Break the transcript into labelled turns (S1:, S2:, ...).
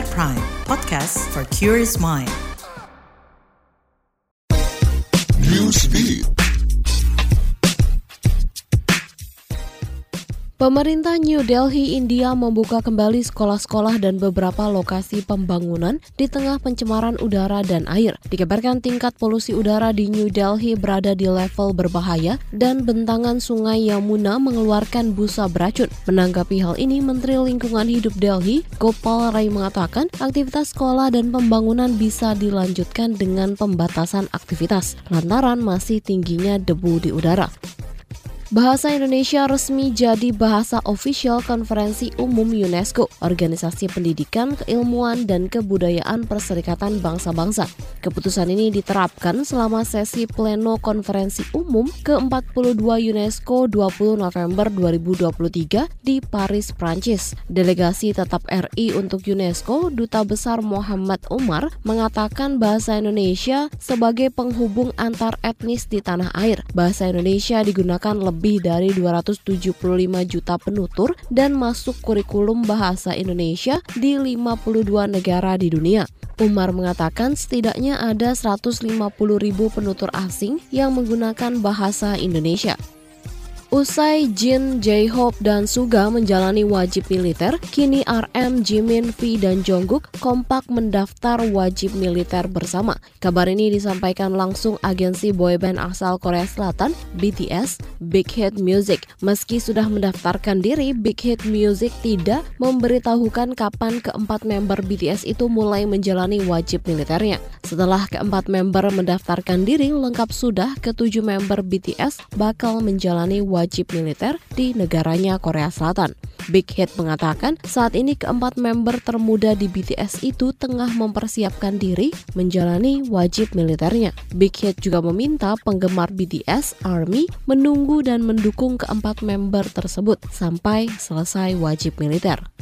S1: KBR Prime, podcast for curious mind.
S2: Newsbeat.
S3: Pemerintah New Delhi, India membuka kembali sekolah-sekolah dan beberapa lokasi pembangunan di tengah pencemaran udara dan air. Dikabarkan tingkat polusi udara di New Delhi berada di level berbahaya dan bentangan sungai Yamuna mengeluarkan busa beracun. Menanggapi hal ini, Menteri Lingkungan Hidup Delhi, Gopal Rai mengatakan aktivitas sekolah dan pembangunan bisa dilanjutkan dengan pembatasan aktivitas lantaran masih tingginya debu di udara. Bahasa Indonesia resmi jadi bahasa ofisial Konferensi Umum UNESCO, Organisasi Pendidikan, Keilmuan, dan Kebudayaan Perserikatan Bangsa-Bangsa. Keputusan ini diterapkan selama sesi pleno Konferensi Umum ke-42 UNESCO 20 November 2023 di Paris, Prancis. Delegasi tetap RI untuk UNESCO, Duta Besar Muhammad Umar, mengatakan bahasa Indonesia sebagai penghubung antar etnis di tanah air. Bahasa Indonesia digunakan lebih dari 275 juta penutur dan masuk kurikulum bahasa Indonesia di 52 negara di dunia. Umar mengatakan setidaknya ada 150.000 penutur asing yang menggunakan bahasa Indonesia. Usai Jin, J-Hope, dan Suga menjalani wajib militer, kini RM, Jimin, V, dan Jungkook kompak mendaftar wajib militer bersama. Kabar ini disampaikan langsung agensi boyband asal Korea Selatan, BTS, Big Hit Music. Meski sudah mendaftarkan diri, Big Hit Music tidak memberitahukan kapan keempat member BTS itu mulai menjalani wajib militernya. Setelah keempat member mendaftarkan diri, lengkap sudah ketujuh member BTS bakal menjalani wajib militer di negaranya Korea Selatan. Big Hit mengatakan saat ini keempat member termuda di BTS itu tengah mempersiapkan diri menjalani wajib militernya. Big Hit juga meminta penggemar BTS, ARMY menunggu dan mendukung keempat member tersebut sampai selesai wajib militer.